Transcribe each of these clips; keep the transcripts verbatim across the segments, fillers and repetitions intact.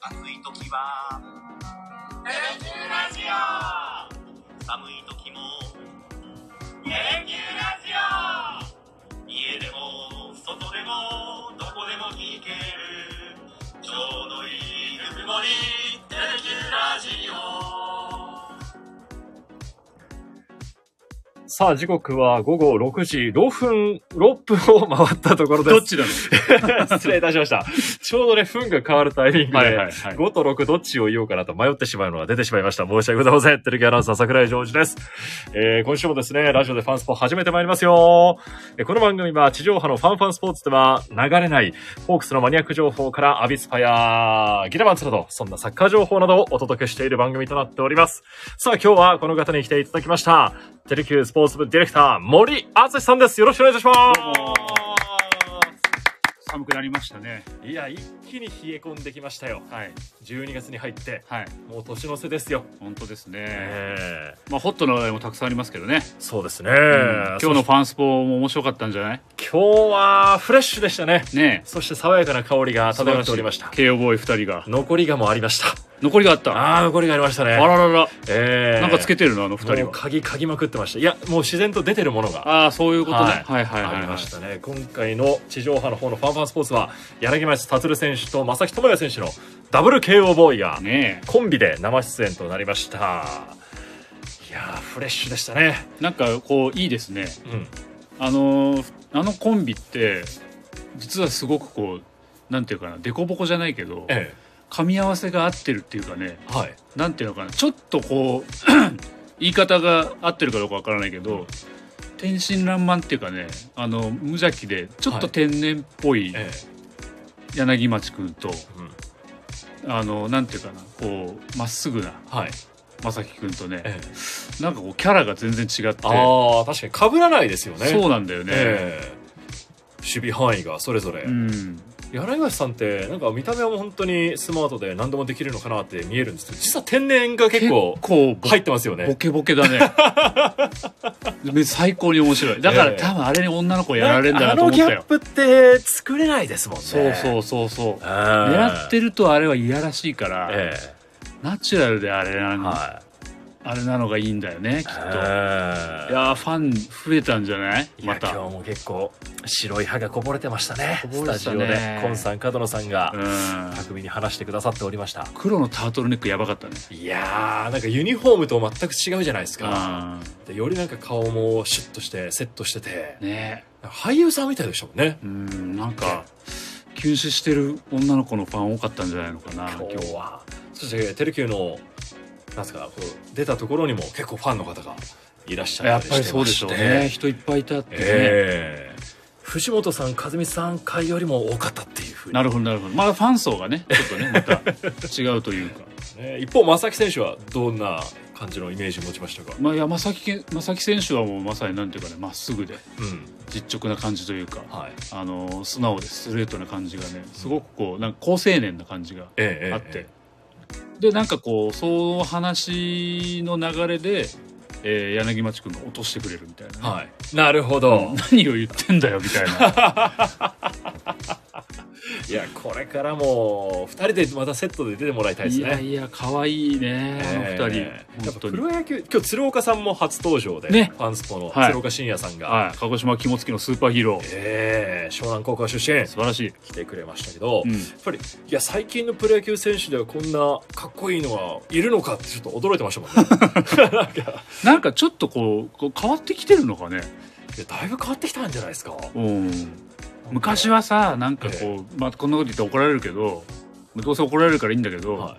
暑い時はテレキューラジオ、寒い時もテレキューラジオ、家でも外でもどこでも聞けるちょうどいいぬくもりテレキューラジオ。 さあ時刻はごごろくじろっぷんろっぷんを回ったところです。 どっちなの失礼いたしました。ちょうどね分が変わるタイミングで、 はいはいはい、 ごとろくどっちを言おうかなと迷ってしまうのが出てしまいました。申し訳ございません。テレビアナウンサー櫻井ジョージです。えー、今週もですねラジオでファンスポ始めてまいりますよ。えー、この番組は地上波のファンファンスポーツでは流れないホークスのマニアック情報からアビスパやギラマンツなどそんなサッカー情報などをお届けしている番組となっております。さあ今日はこの方に来ていただきました。テレキュースポーツ部ディレクター森敦さんです。よろしくお願いいたします。 どうも寒くなりましたね。 いや一気に冷え込んできましたよ。 はい。 じゅうにがつに入って、 はい、 もう年の瀬ですよ。 本当ですね。 えー、 まあホットな話題もたくさんありますけどね。 そうですね、 うん、今日のファンスポも面白かったんじゃない？ 今日はフレッシュでしたね。 ねえ。 そして爽やかな香りが漂っておりました。 慶応ボーイふたりが残りがもありました。 残りがあった。 ああ残りがありましたね。 あららら。 えー、 なんかつけてるのあのふたりは。 もう鍵鍵まくってました。いやもう自然と出てるものが。 ああそういうことね。 はい、 はいはいはい、はい、 ありましたね。今回の地上波の方のファンファンスポーツは柳町達選手と正木智也選手のダブル ケーオー ボーイがコンビで生出演となりました。いやーフレッシュでしたね。 なんかこういいですね。 うん、 あのあのコンビって実はすごくこうなんていうかなデコボコじゃないけど。ええ、噛み合わせが合ってるっていうかね、はい、なんていうのかなちょっとこう言い方が合ってるかどうかわからないけど、うん、天真爛漫っていうかねあの無邪気でちょっと天然っぽい柳町くんと、はいうん、あのなんていうかなこうまっすぐな、はい、正樹くんとね、ええ、なんかこうキャラが全然違って、 あ確かに被らないですよね。 そうなんだよね、 えー、守備範囲がそれぞれ、うん柳橋さんってなんか見た目は本当にスマートで何でもできるのかなって見えるんですけど実は天然が結構入ってますよね。 ボケボケだね最高に面白い。だから、えー、多分あれに女の子やられるんだなと思ったよ。 あのギャップって作れないですもんね。 そうそうそうそう狙ってるとあれはいやらしいから、えー、ナチュラルであれなの、はいあれなのがいいんだよねきっと。いやファン増えたんじゃない？また今日も結構白い歯がこぼれてましたね。スタジオでコンさん角野さんが巧みに話してくださっておりました。 黒のタートルネックやばかったね。 いやーなんかユニフォームと全く違うじゃないですか。でよりなんか顔もシュッとしてセットしてて、ね、俳優さんみたいでしたもんね。 うんなんか休止してる女の子のファン多かったんじゃないのかな今日は。 そしてテレキューのなんすかこう出たところにも結構ファンの方がいらっしゃったりしてまして、やっぱりそうでしょうね。 人いっぱいいたってね、 えー、藤本さん和美さん回よりも多かったっていうふうに。 なるほどなるほど。まあファン層がねちょっとねまた違うというか、 ね、一方正木選手はどんな感じのイメージを持ちましたか？ まあ、いや正木正木選手はもうまさになんていうかねまっすぐで、うん、実直な感じというか、はい、あの素直でストレートな感じがねすごくこうなんか好青年な感じがあって、ええええでなんかこうその話の流れで、えー、柳町くんが落としてくれるみたいな、ね、 はい、なるほど。 何を言ってんだよみたいないやこれからもふたりでまたセットで出てもらいたいですね。いやいや可愛いね、えー、あのふたり。 やっぱプロ野球今日鶴岡さんも初登場で、ね、ファンスポの鶴岡慎也さんが、 はい、鹿児島肝付きのスーパーヒーロー、 えー、湘南高校出身素晴らしい来てくれましたけど、うん、やっぱりいや最近のプロ野球選手ではこんなかっこいいのがいるのかってちょっと驚いてましたもんねなんかなんかちょっとこう、こう変わってきてるのかね。 いやだいぶ変わってきたんじゃないですか。 うん昔はさなんかこう、ええ、まあこんなこと言って怒られるけどどうせ怒られるからいいんだけど、はい、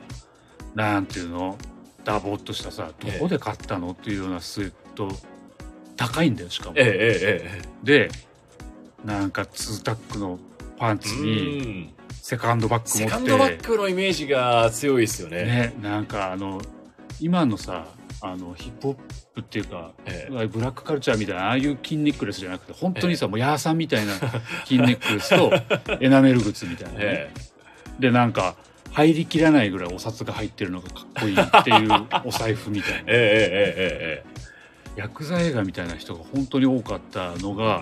なんていうのダボっとしたさどこで買ったのっていうようなスウェット高いんだよしかも、ええええ、でなんかツータックのパンツにセカンドバッグ持ってセカンドバッグのイメージが強いですよね。 ねなんかあの今のさあのヒップホップっていうか、ええ、ブラックカルチャーみたいなああいう金ネックレスじゃなくて本当にさ、ええ、もうヤーさんみたいな金ネックレスとエナメル靴みたいなね、ええ、でなんか入りきらないぐらいお札が入ってるのがかっこいいっていうお財布みたいな、ええええええ、ヤクザ映画みたいな人が本当に多かったのが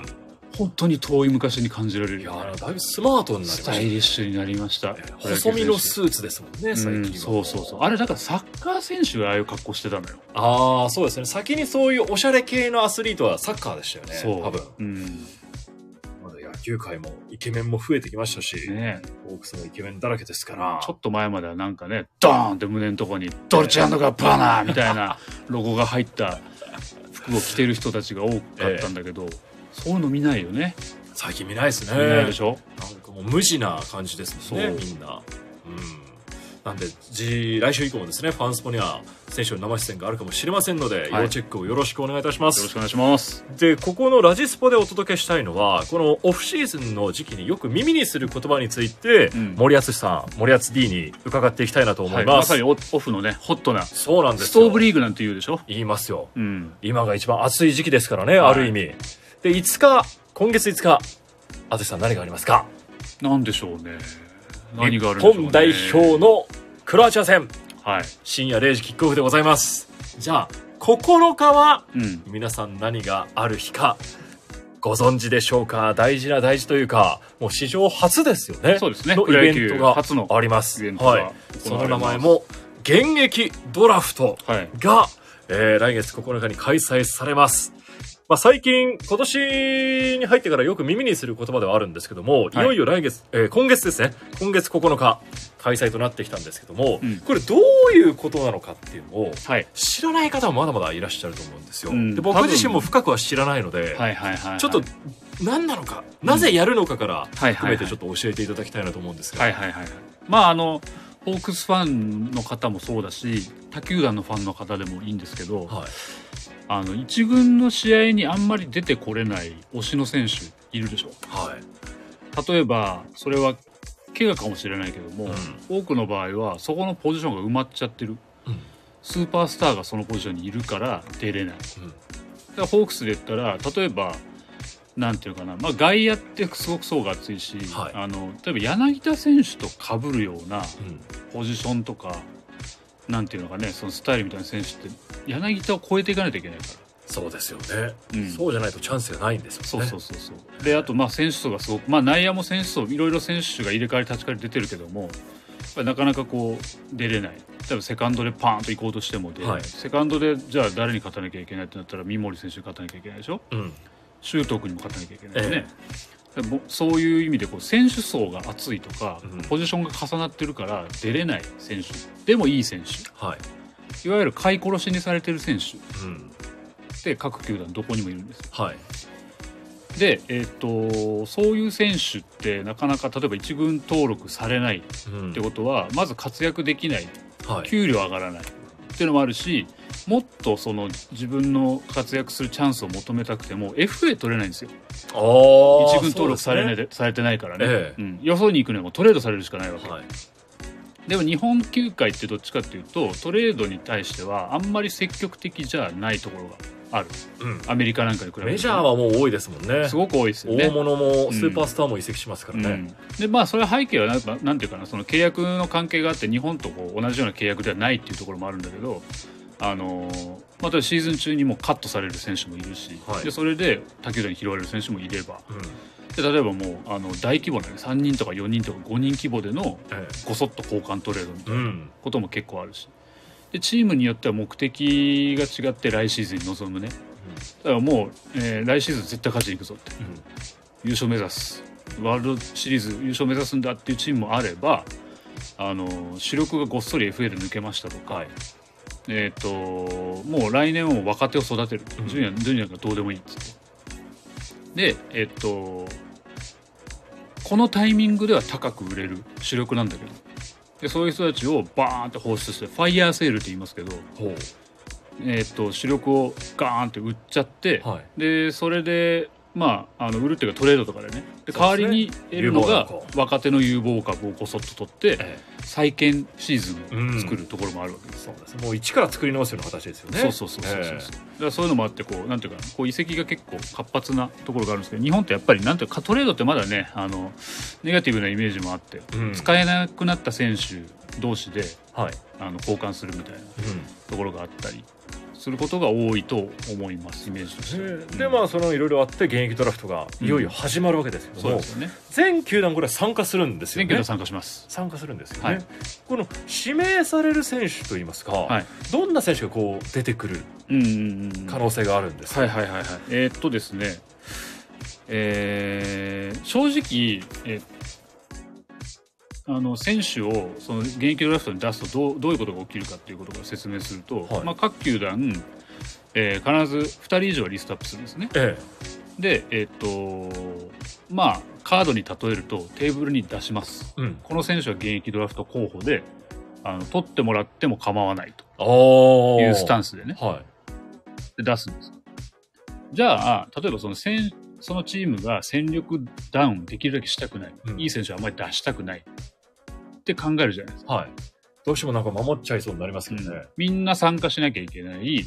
本当に遠い昔に感じられる、ね、 いやだいぶスマートになりました、 スタイリッシュになりました、 えー、細身のスーツですもんね最近は、うん、 そうそうそうあれだからサッカー選手がああいう格好してたのよ。 ああそうですね先にそういうおしゃれ系のアスリートはサッカーでしたよねそう多分、うん、まだ野球界もイケメンも増えてきましたし、ね、ホークスもイケメンだらけですからちょっと前まではなんかねドーンって胸のとこにドルチェ&ガッバーナみたいなロゴが入った服を着てる人たちが多かったんだけど、えーそういうの見ないよね最近見ないですね。 見ないでしょ。 なんかもう無地な感じですもんねみんな、うん、なんで来週以降もですねファンスポには選手の生出演があるかもしれませんので、はい、要チェックをよろしくお願いいたします。 よろしくお願いします。 でここのラジスポでお届けしたいのはこのオフシーズンの時期によく耳にする言葉について、うん、森保さん森保 D に伺っていきたいなと思います、はい、まさにオフのねホットなそうなんですストーブリーグなんて言うでしょ。 言いますよ、 うん、 今が一番暑い時期ですからね、はい、ある意味でいつか今月いつか淳さん何がありますか。 何でしょうね。何があるんでしょうね。 日本代表のクロアチア戦、 はい、 深夜れいじキックオフでございます。じゃあここのかは、うん、皆さん何がある日かご存知でしょうか。大事な大事というかもう史上初ですよね。 そうですね。 のイベントがあります。はい、その名前も現役ドラフトが、はいえー、来月ここのかに開催されます。まあ、最近今年に入ってからよく耳にする言葉ではあるんですけども、はい、いよいよ来月、えー、今月ですね今月ここのか開催となってきたんですけども、うん、これどういうことなのかっていうのを、はい、知らない方もまだまだいらっしゃると思うんですよ、うん、で僕自身も深くは知らないので、はいはいはいはい、ちょっと何なのか、うん、なぜやるのかから含めてちょっと教えていただきたいなと思うんですが、 はいはいはいはい、まああのホークスファンの方もそうだし他球団のファンの方でもいいんですけど、はい、あの一軍の試合にあんまり出てこれない推しの選手いるでしょ、はい、例えばそれは怪我かもしれないけども、うん、多くの場合はそこのポジションが埋まっちゃってる、うん、スーパースターがそのポジションにいるから出れない、うん、だからホークスで言ったら例えばなんていうかな、まあ、外野ってすごく層が厚いし、はい、あの例えば柳田選手と被るようなポジションとか、うん、なんていうのかねそのスタイルみたいな選手って柳田を超えていかないといけないから。 そうですよね、うん、そうじゃないとチャンスがないんですよね。 そうそうそうそうであとまあ選手層がすごく、まあ、内野も選手層いろいろ選手が入れ替わり立ち替わり出てるけどもやっぱりなかなかこう出れない。例えばセカンドでパーンと行こうとしてもで、はい、セカンドでじゃあ誰に勝たなきゃいけないってなったら三森選手に勝たなきゃいけないでしょ、うん、周東君にも勝たなきゃいけないよね、ええ、そういう意味でこう選手層が厚いとか、うん、ポジションが重なってるから出れない選手でもいい選手、はい、いわゆる買い殺しにされてる選手、うんで各球団どこにもいるんです、はい、で、えー、とそういう選手ってなかなか例えば一軍登録されないってことは、うん、まず活躍できない、はい、給料上がらないっていうのもあるしもっとその自分の活躍するチャンスを求めたくても エフエー 取れないんですよ。あ一軍登録されない、ね、されてないからね、ええうん、よそに行くのはもうトレードされるしかないわけ、はい、でも日本球界ってどっちかっていうとトレードに対してはあんまり積極的じゃないところがある、うん、アメリカなんかに比べてメジャーはもう多いですもんね。 すごく多いですよね。 大物もスーパースターも移籍しますからね、うんうん、 でまあそれは背景はなんかなんていうかなその契約の関係があって日本とこう同じような契約ではないっていうところもあるんだけどあのーまあ、シーズン中にもカットされる選手もいるし、はい、でそれで他球団に拾われる選手もいれば、うん、で例えばもうあの大規模な、ね、さんにんとかよにんとかごにん規模でのごそっと交換トレードみたいなことも結構あるしでチームによっては目的が違って来シーズンに臨むね、だからもう、えー、来シーズン絶対勝ちに行くぞって、うん、優勝目指すワールドシリーズ優勝目指すんだっていうチームもあればあの主力がごっそり エフエー で抜けましたとか、はいえー、ともう来年も若手を育てる、うん、ジュニア、ジュニアがどうでもいいっつってでえっ、ー、とこのタイミングでは高く売れる主力なんだけどでそういう人たちをバーンって放出してファイヤーセールって言いますけどえー、と主力をガーンって売っちゃって、はい、でそれでまあ、あの売るっていうかトレードとかでねで代わりに得るのが若手の有望株をこそっと取って、ええ、再建シーズンを作るところもあるわけです、うん、そうですもう一から作り直すような形ですよね。 そうそうそうそうそう、ええ、だからそういうのもあってこうなんていうかこう移籍が結構活発なところがあるんですけど日本ってやっぱりなんていうかトレードってまだねあのネガティブなイメージもあって、うん、使えなくなった選手同士で、はい、あの交換するみたいなところがあったりすすることが多いと思います、イメージとして。 で、でまあそのいろいろあって現役ドラフトがいよいよ始まるわけですけども、 うん、そうですよね。 全球団これ参加するんですよね。 全球団参加します。 参加するんですよね。 はい、 この指名される選手といいますか、はい、どんな選手がこう出てくる可能性があるんですか。 はいはいはいはい。えー、っとですね、えー、正直、えあの選手をその現役ドラフトに出すとどう、どういうことが起きるかっていうことを説明すると、はい、まあ、各球団、えー、必ずふたり以上はリストアップするんですね。ええ、で、えー、っとまあカードに例えるとテーブルに出します、うん、この選手は現役ドラフト候補であの取ってもらっても構わないというスタンスでね、はい、で出すんです。じゃあ例えばその選そのチームが戦力ダウンできるだけしたくない、うん、いい選手はあまり出したくないって考えるじゃないですか、はい、 どうしてもなんか守っちゃいそうになりますけどね、うん、 みんな参加しなきゃいけない、うん、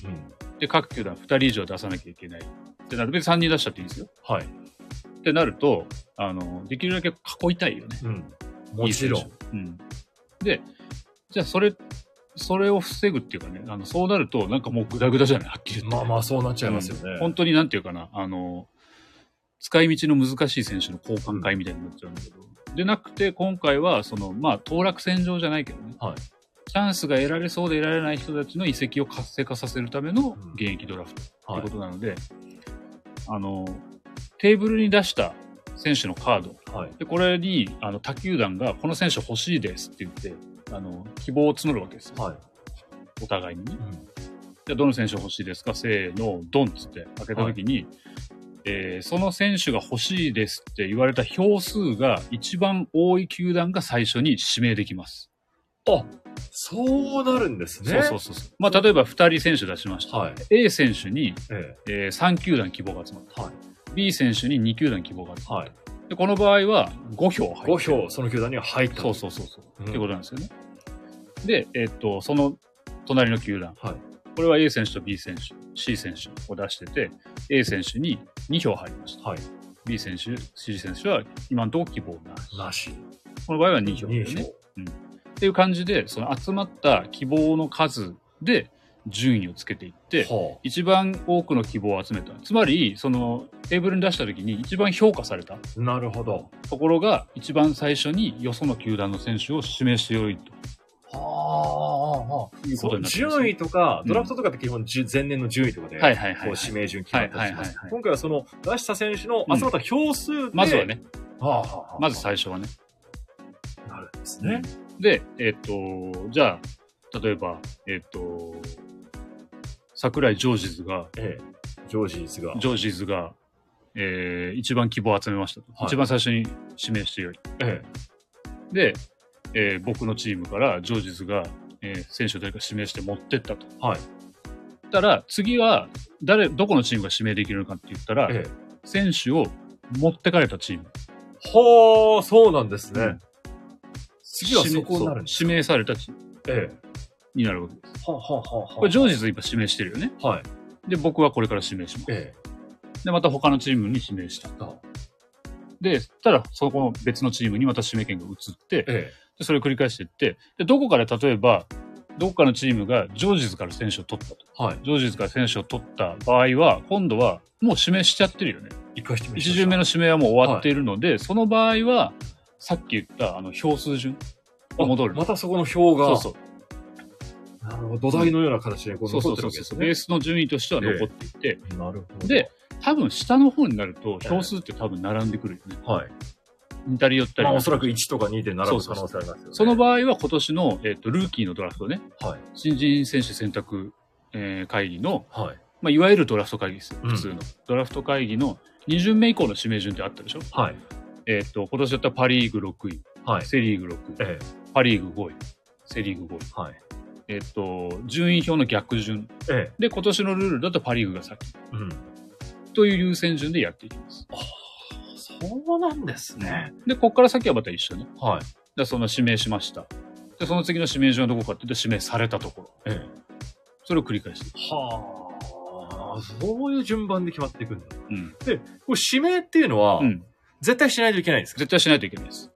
で各球団ふたり以上出さなきゃいけないってなる。別にさんにん出しちゃっていいんですよ、はい、ってなるとあのできるだけ囲いたいよね、うん、 もちろん、 うん、でじゃあそれそれを防ぐっていうかね、あのそうなるとなんかもうグダグダじゃない、はっきり言って。 まあまあそうなっちゃいますよね、 うん、本当になんていうかな、あの使い道の難しい選手の交換会みたいになっちゃうんだけど、うん、でなくて今回はそのまあ当落線上じゃないけどね、はい、チャンスが得られそうで得られない人たちの移籍を活性化させるための現役ドラフトってことなので、うん、はい、あのテーブルに出した選手のカード、はい、でこれにあの他球団がこの選手欲しいですって言ってあの希望を募るわけですよ、はい、お互いにね、うん、じゃあどの選手欲しいですか、せーのドンっつって開けた時に、はい、えー、その選手が欲しいですって言われた票数が一番多い球団が最初に指名できます。 あ、そうなるんですね。 そうそうそう。まあ例えばふたり選手出しました、はい、A 選手に、えええー、さん球団希望が集まった、はい、B 選手にに球団希望が集まった、はい、でこの場合はご票入ってご票その球団には入った。 そうそうそうそう、うん、ってことなんですよね。で、えー、っとその隣の球団、はい、これは A 選手と B 選手 C 選手を出してて A 選手にに票入りました、はい、B 選手 C 選手は今のところ希望なしなしこの場合はに票ですね、うん、っていう感じでその集まった希望の数で順位をつけていって、はあ、一番多くの希望を集めた、つまりそのテーブルに出した時に一番評価されたなるほどところが一番最初によその球団の選手を指名してよいと。はあ、 はあ、いうことになってます。順位とか、ドラフトとかって基本、うん、前年の順位とかで、はいはいはいはい、こう指名順決まったりします。今回はその出した選手の集まった票数で、うん、 まずはね、はあはあ、まず最初はね。 なるんですね。 で、えっと、じゃあ、例えば、えっと、桜井ジョージズが、ええ、 ジョージズが、 ジョージズが、えー、一番希望を集めましたと、はい。一番最初に指名してよい。ええ、で、えー、僕のチームからジョージズが、えー、選手を誰か指名して持ってったと。はい。たら次は誰どこのチームが指名できるのかって言ったら、ええ、選手を持ってかれたチーム。 はあ、そうなんですね。うん、次はそこになるんですか。 指名されたチーム、ええ、になるわけです。はあはあはあ、これジョージズ今指名してるよね。はい。で僕はこれから指名します。ええ、でまた他のチームに指名した。ああでただそこの別のチームにまた指名権が移って、ええでそれを繰り返していって、でどこかで例えばどこかのチームがジョージズから選手を取ったと、はい、ジョージズから選手を取った場合は今度はもう指名しちゃってるよね。 一回指名し一巡目の指名はもう終わっているので、はい、その場合はさっき言ったあの票数順が戻る。 またそこの票がそうそうなるほど土台のような形でこう残ってるわけですね。 ベースの順位としては残っていて、 えー、なるほど。 で多分下の方になると票数って多分並んでくるよね。えー、はい。似たり寄ったり、 まあ、おそらくいちとかにで並ぶ可能性ありますよね。そうそうそう。 その場合は今年の、えーと、ルーキーのドラフトね、はい、新人選手選択、えー、会議の、はいまあ、いわゆるドラフト会議ですよ、普通の、うん、ドラフト会議のに巡目以降の指名順ってあったでしょ、はいえーと、今年だったらパリーグろくい、はい、セリーグろくい、ええ、パリーグごい、セリーグごい、はいえーと、順位表の逆順、ええ、で今年のルールだとパリーグが先、うん、という優先順でやっていきます。 そうなんですね。 で、ここから先はまた一緒ね。はい。で、その指名しました。で、その次の指名順はどこかっていうと、指名されたところ。ええ。それを繰り返していく。 はあ、そういう順番で決まっていくんだ。うん。で、これ指名っていうのは、うん、絶対しないといけないんですか？ 絶対しないといけないです。 あ、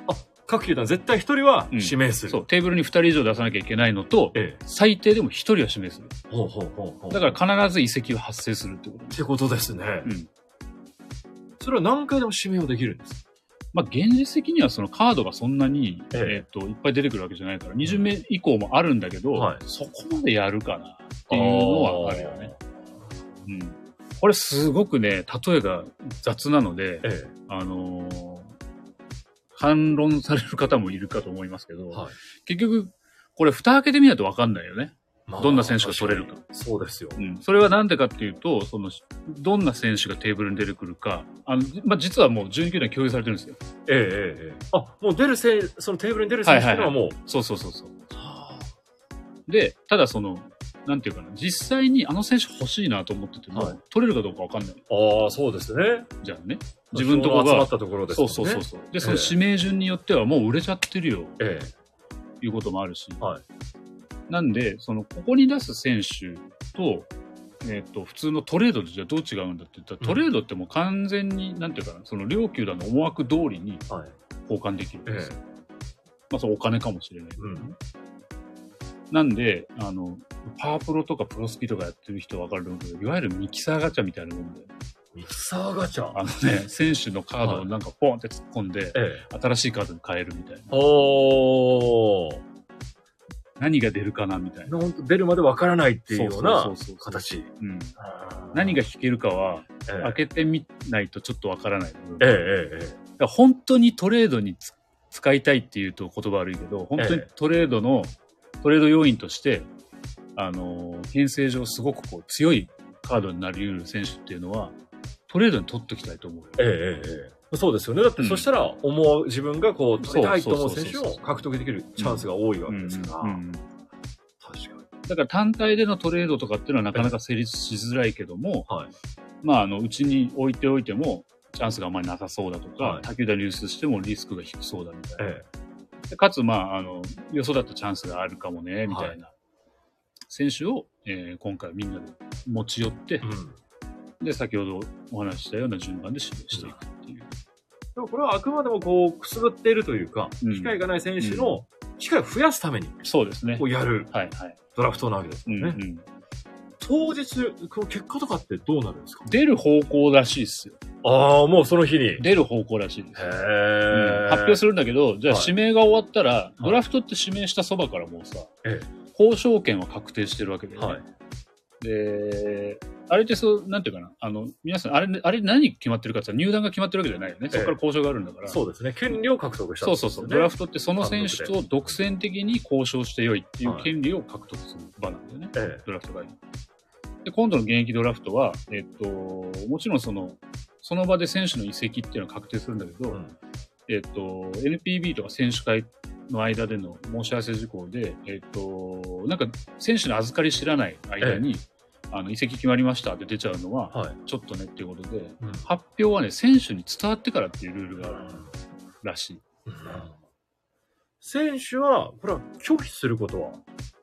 各球団絶対ひとりは指名する、 うん、そうテーブルにふたり以上出さなきゃいけないのと、ええ、最低でもひとりは指名する。ほうほうほうほう。だから必ず移籍は発生するってことってことですね。うん。それは何回でも指名をできるんですか？ まあ、現実的にはそのカードがそんなに、えええー、といっぱい出てくるわけじゃないからに巡目以降もあるんだけど、はい、そこまでやるかなっていうのはあるよね。うん、これすごくね例えが雑なので、ええ、あのー、反論される方もいるかと思いますけど、はい、結局これ蓋開けてみないと分かんないよね。まあ、どんな選手が取れるか。 そうですよ。 うん。それはなんでかっていうと、その、どんな選手がテーブルに出てくるか、あの、まあ、実はもうじゅうに球団共有されてるんですよ。 ええええ。あ、もう出るせい、そのテーブルに出る選手っていうのはもう。はいはいはい、 そうそうそうそう。で、ただその、なんていうかな、実際にあの選手欲しいなと思ってても、はい、取れるかどうかわかんない。 ああ、そうですね。 じゃあね。自分とこが。 集まったところですね。 そうそうそうそう。で、その指名順によってはもう売れちゃってるよ。ええ。いうこともあるし。はい。なんで、その、ここに出す選手と、えっと、普通のトレードとじゃどう違うんだって言ったら、トレードってもう完全に、なんていうかな、その両球団の思惑通りに交換できるんですよ。はい、まあ、そのお金かもしれないけどね。うん、なんで、あの、パワープロとかプロスピとかやってる人はわかると思うけど、いわゆるミキサーガチャみたいなもんで。 ミキサーガチャあのね、選手のカードをなんかポンって突っ込んで、はい、新しいカードに変えるみたいな。 おー。 何が出るかなみたいな。 本当出るまでわからないっていうような形。 何が引けるかは、ええ、開けてみないとちょっとわからない。ええええ、だから本当にトレードに使いたいっていうと言葉悪いけど、本当にトレードの、ええ、トレード要因として、あの、編成上すごくこう強いカードになり得る選手っていうのは、トレードに取っときたいと思うよ。 ええええ。そうですよね。だって、うん、そしたら思う自分がこう取りたいと思う選手を獲得できるチャンスが多いわけですから。確かに。 だから単体でのトレードとかっていうのはなかなか成立しづらいけども、はい、まああのうちに置いておいてもチャンスがあんまりなさそうだとか、はい、他球団に流出してもリスクが低そうだみたいな。ええ、でかつまああの予想だったチャンスがあるかもねみたいな選手を、えー、今回みんなで持ち寄って、うん、で先ほどお話ししたような順番で指名していくっていう。 でもこれはあくまでもこうくすぶっているというか、うん、機会がない選手の機会を増やすために、 そうですね。 こうやるドラフトなわけですよね。うんうん、当日、この結果とかってどうなるんですか？ 出る方向らしいですよ。 ああ、もうその日に。 出る方向らしいです。へー、うん。発表するんだけど、じゃあ指名が終わったら、はい、ドラフトって指名したそばからもうさ、ええ、交渉権は確定してるわけで、ね。はい。で、あれってそう、なんていうかな、あの、皆さん、あれ、あれ何決まってるかって入団が決まってるわけじゃないよね。そこから交渉があるんだから。 ええ、そうですね。権利を獲得したんですね。 そうそうそう。ドラフトってその選手と独占的に交渉してよいっていう権利を獲得する場なんだよね。ええ、ドラフトがいい。で、今度の現役ドラフトは、えっと、もちろんその、その場で選手の移籍っていうのは確定するんだけど、うん、えっと、エヌピービー とか選手会の間での申し合わせ事項で、えっと、なんか選手の預かり知らない間に、ええ、あの移籍決まりましたって出ちゃうのは、はい、ちょっとねっていうことで、うん、発表はね、選手に伝わってからっていうルールがあるらしい。うんうん、 選手は、これは拒否することは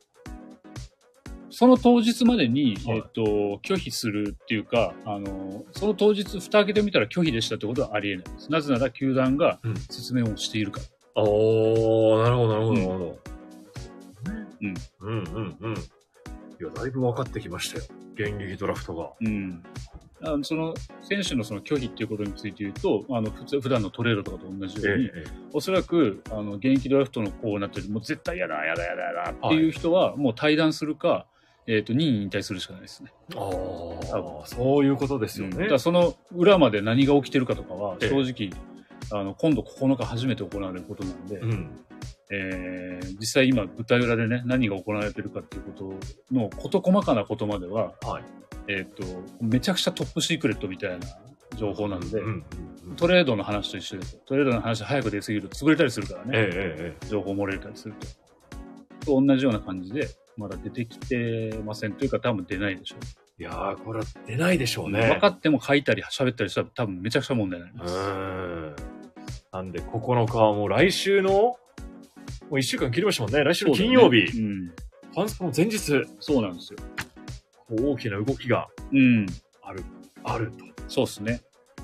その当日までに、はい、えっと、拒否するっていうか、あの、その当日、蓋開けてみたら拒否でしたってことはありえないです。なぜなら、球団が説明をしているから。 うん、おー、なるほど、なるほど、なるほど。うん。うん、うん、うん。いや、だいぶ分かってきましたよ。現役ドラフトが。うん。 あのその、選手のその拒否っていうことについて言うと、あの、普通、普段のトレードとかと同じように、ええ、おそらく、あの、現役ドラフトのこうなってる、もう絶対やだ、やだ、やだ、やだっていう人は、もう退団するか、えっと、任意引退するしかないですね。 ああ、そういうことですよね。うん、 だからその裏まで何が起きてるかとかは、正直、ええ、あの、今度ここのか初めて行われることなんで、うん、えー、実際今舞台裏でね、何が行われてるかっていうことの事細かなことまでは、はい、えっと、めちゃくちゃトップシークレットみたいな情報なんで、うんうんうん、トレードの話と一緒です。トレードの話早く出すぎると潰れたりするからね。ええ、情報漏れたりすると。と同じような感じで、まだ出てきてませんというか多分出ないでしょう。 いやー、これは出ないでしょうね。 分かっても書いたり喋ったりしたら多分めちゃくちゃ問題になります。うん。 なんでここのかはもう来週の、もういっしゅうかん切りましたもんね。来週の金曜日。ね、うん。ファンスポの前日。 そうなんですよ。 大きな動きがある、うん、あると。 そうですね。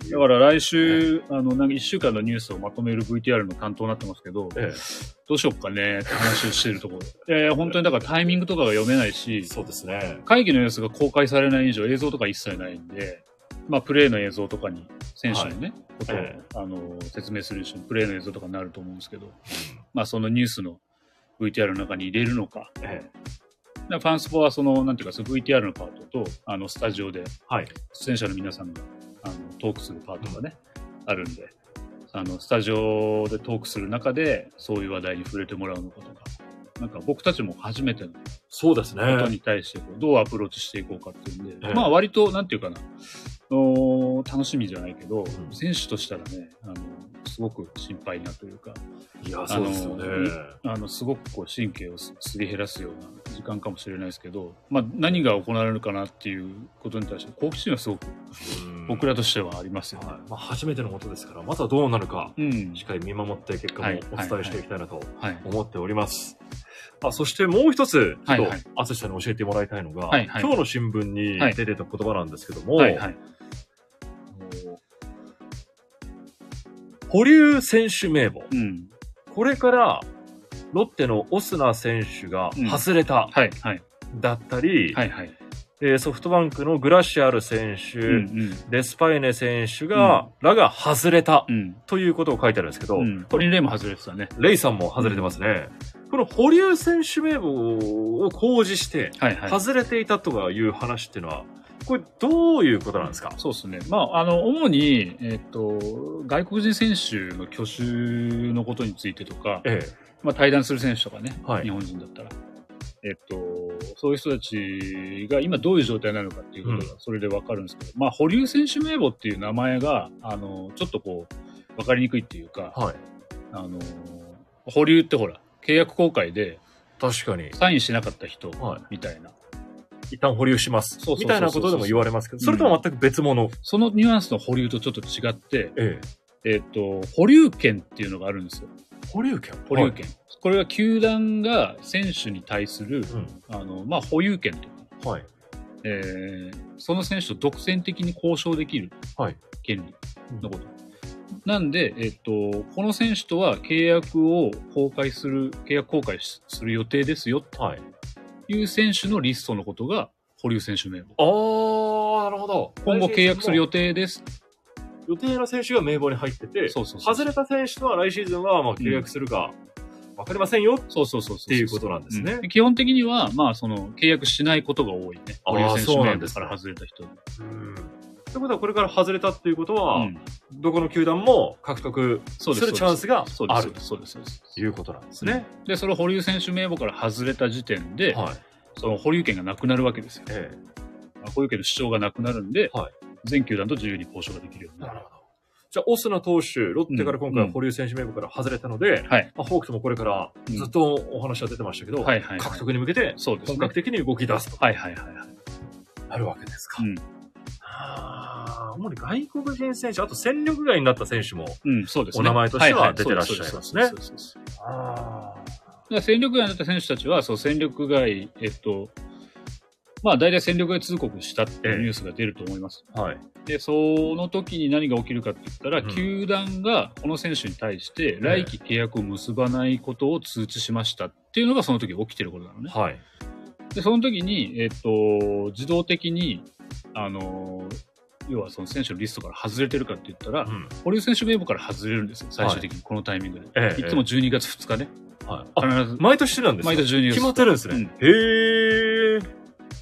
だから来週、ええ、あの、なんかいっしゅうかんのニュースをまとめる ブイティーアール の担当になってますけど、ええ、どうしよっかねって話をしてるところ。いやいや、本当にだからタイミングとかが読めないし、 そうですね。 会議の様子が公開されない以上映像とか一切ないんで、まあ、プレーの映像とかに、選手のね、はい、ことを、ええ、あの、説明するし、プレーの映像とかになると思うんですけど、うん、まあ、そのニュースの ブイティーアール の中に入れるのか、ええ、ファンスポはその、なんていうか、その ブイティーアール のパートと、あの、スタジオで、はい、出演者の皆さんが、あの、トークするパートがね、うん、あるんで、あの、スタジオでトークする中で、そういう話題に触れてもらうのかとか、なんか僕たちも初めてのそうですね。 ことに対してどうアプローチしていこうかっていうんで、ええ、まあ割となんていうかな、お楽しみじゃないけど、うん、選手としたらね、あのすごく心配なというか、 いやそうですよね。 あのすごくこう神経をすり減らすような時間かもしれないですけど、まあ何が行われるかなっていうことに対して好奇心はすごく僕らとしてはありますよね。はい、 まあ、初めてのことですから、まずはどうなるか、うん、しっかり見守って結果もお伝えしていきたいなと思っております。はいはいはい、あそしてもう一つ、ちょっと淳さんに教えてもらいたいのが、はいはい、今日の新聞に出てた言葉なんですけども、はいはい、保留選手名簿、うん、これからロッテのオスナ選手が外れた、うんはいはい、だったり、はいはいえー、ソフトバンクのグラシアル選手、うんうん、デスパイネ選手が、うん、らが外れた、うん、ということを書いてあるんですけど、うん、 トリン・レイも外れてたね。 レイさんも外れてますね。うん、この保留選手名簿を公示して、はいはい、外れていたとかいう話っていうのは、これどういうことなんですか？ そうですね。まあ、あの、主に、えっと、外国人選手の去就のことについてとか、ええ、まあ、対談する選手とかね、はい、日本人だったら。えっと、そういう人たちが今どういう状態なのかっていうことがそれでわかるんですけど、うん、まあ、保留選手名簿っていう名前が、あの、ちょっとこう、わかりにくいっていうか、はい、あの、保留ってほら、契約更改で、 確かに。 サインしなかった人、みたいな。 一旦保留します。そうそうそうそうみたいなことでも言われますけど、それとは全く別物。うん、 そのニュアンスの保留とちょっと違って、えええっと、保留権っていうのがあるんですよ。 保留権保留権。はい、これは球団が選手に対する、うん、あの、まあ、保有権とか、はいえー、その選手と独占的に交渉できる権利のこと。はいうん、なんで、えっと、この選手とは契約を公開する、契約公開する予定ですよ、はいいう選手のリストのことが保留選手名簿。 ああ、なるほど。 今後契約する予定です。 予定の選手が名簿に入ってて、そうそうそう外れた選手とは来シーズンはまあ契約するか分かりませんよ、うん、そうそうそうっていうことなんですね。 うん、基本的にはまあその契約しないことが多いね。保留選手名簿から外れた人。 うんということはこれから外れたっていうことは、うん、どこの球団も獲得するチャンスがあるということなんですね。 で、その保留選手名簿から外れた時点で、はい、その保留権がなくなるわけですよ。ええ、保留権の主張がなくなるんで、はい、全球団と自由に交渉ができるようになる。なるほど。 じゃあ、オスナ投手、ロッテから今回保留選手名簿から外れたので、うんまあ、ホークスもこれからずっとお話は出てましたけど、うんはいはいはい、獲得に向けて本格的に動き出すと、はいはいはいはい、なるわけですか。うんあ主に外国人選手、あと戦力外になった選手も、うんそうですね、お名前としては出てらっしゃいますね。 戦力外になった選手たちは、そう戦力外、えっと、まあ大体戦力外通告したっていうニュースが出ると思います。ええ、はい。で、その時に何が起きるかって言ったら、うん、球団がこの選手に対して来季契約を結ばないことを通知しましたっていうのがその時起きてることなのね。はい。で、その時に、えっと、自動的に、あの、要はその選手のリストから外れてるかって言ったら、うん、保留選手名簿から外れるんですよ、最終的に、はい、このタイミングで。ええ、いつもじゅうにがつふつかね。 はい、必ず。毎年なんですか？ 毎年じゅうにがつ。 決まってるんですね。うん、へー。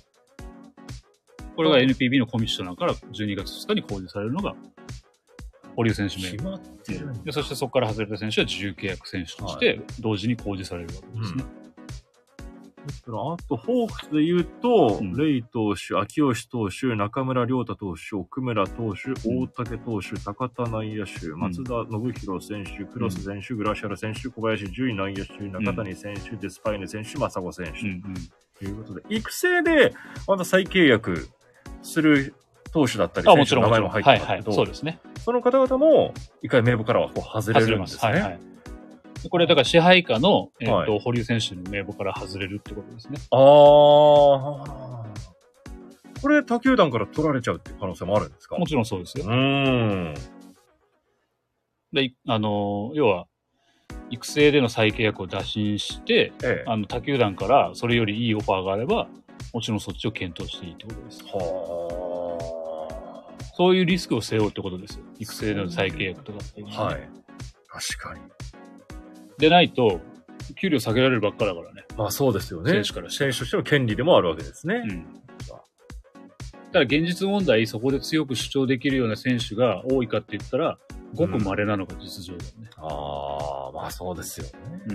これが エヌピービー のコミッショナーからじゅうにがつふつかに公示されるのが、保留選手名簿。 決まってるんだ。 で、そしてそこから外れた選手は自由契約選手として、同時に公示されるわけですね。うんあと、ホークスで言うと、うん、レイ投手、秋吉投手、中村亮太投手、奥村投手、大竹投手、高田内野手、松田信弘選手、クロス選手、グラシアル選手、小林獣医内野手、中谷選手、デスパイネ選手、正子選手。ということで、育成でまた再契約する投手だったり、選手の名前も入ってますけど、はいはい、 そうですね。 その方々も、一回名簿からはこう外れるんですね。はいはいこれだから支配下の、えーとはい、保留選手の名簿から外れるってことですね。 ああ。ここれ他球団から取られちゃうっていう可能性もあるんですか？ もちろんそうですよ。 うーん。 で、あの、要は、育成での再契約を打診して、ええ、あの他球団からそれよりいいオファーがあれば、もちろんそっちを検討していいってことです。はあ。そういうリスクを背負うってことですよ。育成での再契約とかっていうのは、ね。はい。 確かに。 でないと、給料下げられるばっかだからね。 まあそうですよね。 選手からして。 選手としての権利でもあるわけですね。うん。 ただ現実問題、そこで強く主張できるような選手が多いかって言ったら、ごく稀なのが実情だよね。 うん、ああ、まあそうですよね。うん。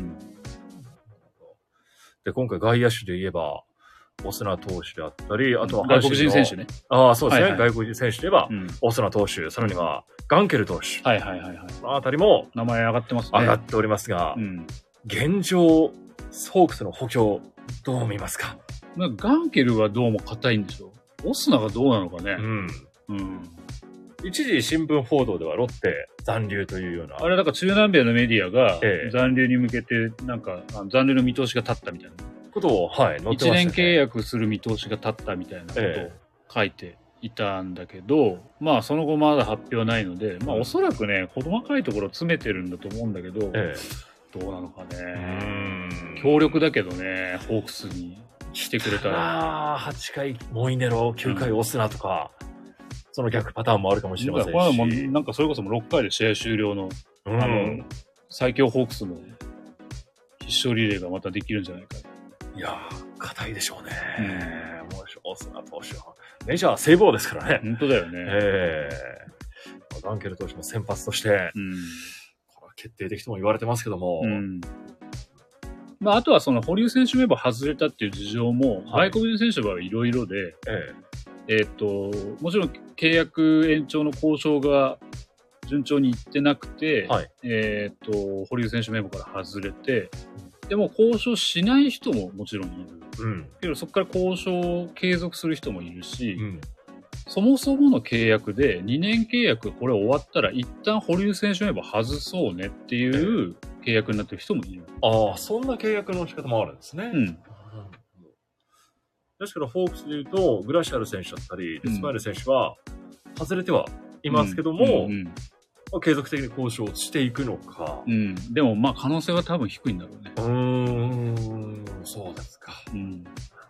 で、今回外野手で言えば、オスナ投手であったり、あとは外国人選手ね。 ああ、そうですね。はいはい、外国人選手で言えば、うん、オスナ投手、さらにはガンケル投手。 はいはいはいはい。 このあたりも、 名前上がってますね。 上がっておりますが、うん、現状、ホークスの補強、どう見ますか？ なんかガンケルはどうも硬いんでしょ？オスナがどうなのかね。うん。 うん。一時新聞報道ではロッテ残留というような。 あれだから中南米のメディアが残留に向けてなんか残留の見通しが立ったみたいなことを、はい、載ってましたね。 いちねん契約する見通しが立ったみたいなことを書いていたんだけど、まあその後まだ発表ないので、まあおそらくね、細かいところ詰めてるんだと思うんだけど、ええ、どうなのかね。うん強力だけどね、ホークスに来てくれたら。 ああ、はちかいモイネロ、きゅうかいオスナとか。うんその逆パターンもあるかもしれませんし。これはもうなんかそれこそもろっかいで試合終了の、うん、あの、最強ホークスの必勝リレーがまたできるんじゃないか。 いやー、硬いでしょうね。うん、もう、オスナ投手は。メジャーセーブ王ですからね。 本当だよね。ええー。ガンケル投手も先発として、うん、これは決定的とも言われてますけども。うんまあ、あとはその保留選手メンバー外れたっていう事情も、はい、外国人選手はいろいろで、えええっと、もちろん契約延長の交渉が順調にいってなくて、はい、えっと、保留選手名簿から外れて、でも交渉しない人ももちろんいる。うん。けどそこから交渉を継続する人もいるし、うん、そもそもの契約でにねん契約これ終わったら一旦保留選手名簿外そうねっていう契約になってる人もいる。 ああ、そんな契約の仕方もあるんですね。うん。ですから、ホークスで言うと、グラシアル選手だったり、デスパイル選手は、外れてはいますけども、うんうんうんまあ、継続的に交渉をしていくのか。 うん。でも、まあ、可能性は多分低いんだろうね。 うーん、そうですか。うん。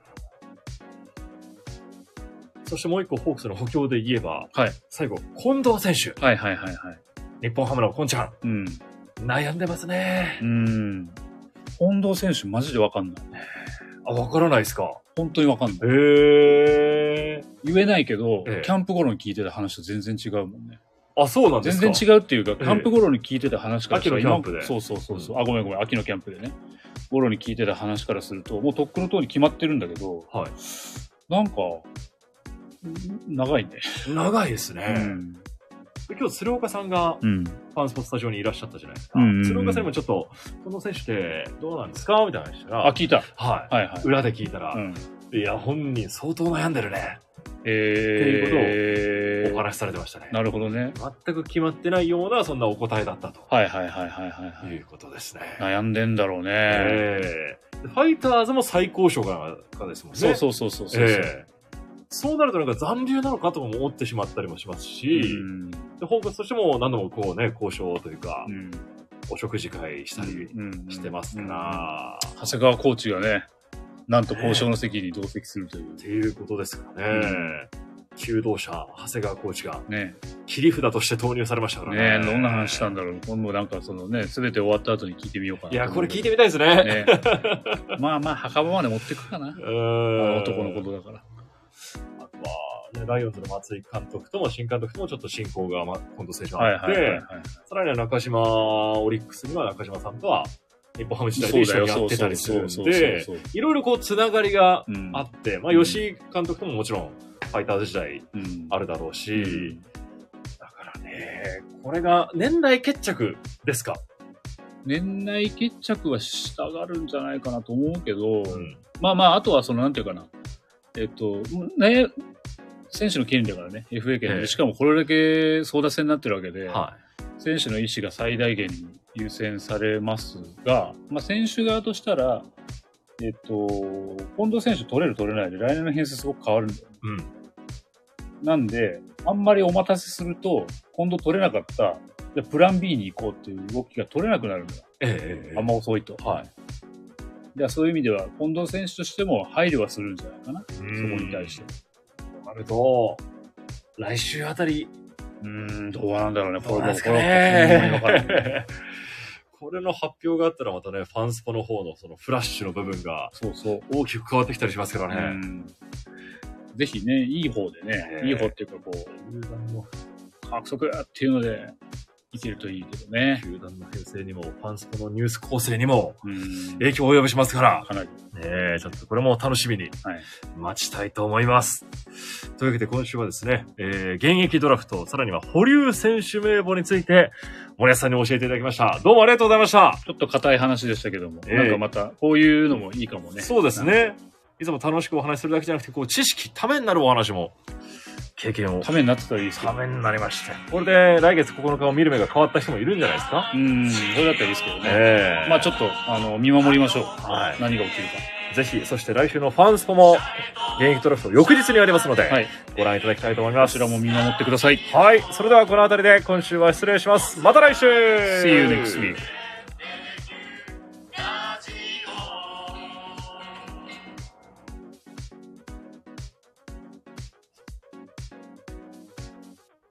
そしてもう一個、ホークスの補強で言えば、はい。最後、近藤選手。 はいはいはいはい。 日本ハムのコンちゃん。うん。悩んでますね。うん。 近藤選手、マジでわかんない。 あ、わからないですか。 本当にわかんない。 へー。 言えないけど、ええ、キャンプ頃に聞いてた話と全然違うもんね。 あ、そうなんですか。 全然違うっていうか、キャンプ頃に聞いてた話からしたら、秋のキャンプで。 そうそうそうそう、うん。あ、ごめんごめん、秋のキャンプでね。頃に聞いてた話からすると、もうとっくの通り決まってるんだけど、はい。なんか、長いね。 長いですね。うん今日鶴岡さんがファンスポスタジオにいらっしゃったじゃないですか。うん、鶴岡さんにもちょっと、この選手ってどうなんですかみたいな話したら。 あ、聞いた。 はい。はいはい、裏で聞いたら、うん、いや、本人相当悩んでるね。えー、っていうことをお話しされてましたね。 なるほどね。 全く決まってないような、そんなお答えだったと。 はいはいはいはいはい、はい。 いうことですね。 悩んでんだろうね。えー、ファイターズも最高賞がですもんね。 そうそうそうそうそう。えーそうなるとなんか残留なのかとも思ってしまったりもしますし、うん、でホークスとしても何度もこうね、交渉というか、うん、お食事会したりしてますから、 うんうんうん、長谷川コーチがね、なんと交渉の席に同席するという。 ね、っていうことですからね。求道者、長谷川コーチが、ね、切り札として投入されましたからね。 ねどんな話したんだろう。今度なんかそのね、すべて終わった後に聞いてみようかな。 いや、これ聞いてみたいですね。ねまあまあ、墓場まで持ってくかな。あの男のことだから。 まあね、ライオンズの松井監督とも新監督ともちょっと親交が、まあ、近藤選手はあって、さらには中島、オリックスには中島さんとは日本ハム時代で一緒にやってたりするんで、いろいろこうつながりがあって、うん、まあ吉井監督とももちろんファイターズ時代あるだろうし、うんうん、だからね、これが年内決着ですか？ 年内決着はしたがるんじゃないかなと思うけど、うん、まあまあ、あとはそのなんていうかな、えっと、ね、選手の権利だからね、エフエー 権で、えー、しかもこれだけ争奪戦になってるわけで、はい、選手の意思が最大限に優先されますが、まあ、選手側としたら、えっと、近藤選手取れる取れないで来年の編成すごく変わるんだよね。うん、 なんで、あんまりお待たせすると、今度取れなかった、でプラン B に行こうっていう動きが取れなくなるんだ。ええ、あんま遅いと。はい。でそういう意味では、近藤選手としても配慮はするんじゃないかな。そこに対して。 なると、来週あたり、 うーん、どうなんだろうね、これも、 これこれの発表があったらまたね、ファンスポの方のそのフラッシュの部分が、そうそう、大きく変わってきたりしますからね。うんぜひね、いい方でね、いい方っていうかこう、球団の獲得っていうので、いけるといいけどね。 球団の編成にも、ファンスポのニュース構成にも、影響を及ぼしますから、かなり。ねちょっとこれも楽しみに、待ちたいと思います。はい、というわけで今週はですね、えー、現役ドラフト、さらには保留選手名簿について、森保さんに教えていただきました。どうもありがとうございました。 ちょっと硬い話でしたけども、えー、なんかまた、こういうのもいいかもね。 そうですね。いつも楽しくお話しするだけじゃなくて、こう、知識、ためになるお話も、経験を。 ためになってたらいいですけど。 ためになりまして。これで来月ここのかを見る目が変わった人もいるんじゃないですか？ うん、それだったらいいですけどね。えー、まあちょっと、あの、見守りましょう。はい。何が起きるか。 ぜひ、そして来週のファンスポも、現役ドラフト翌日にありますので、はい、ご覧いただきたいと思います。 こちらも見守ってください。 はい。それではこの辺りで今週は失礼します。また来週 !See you next week!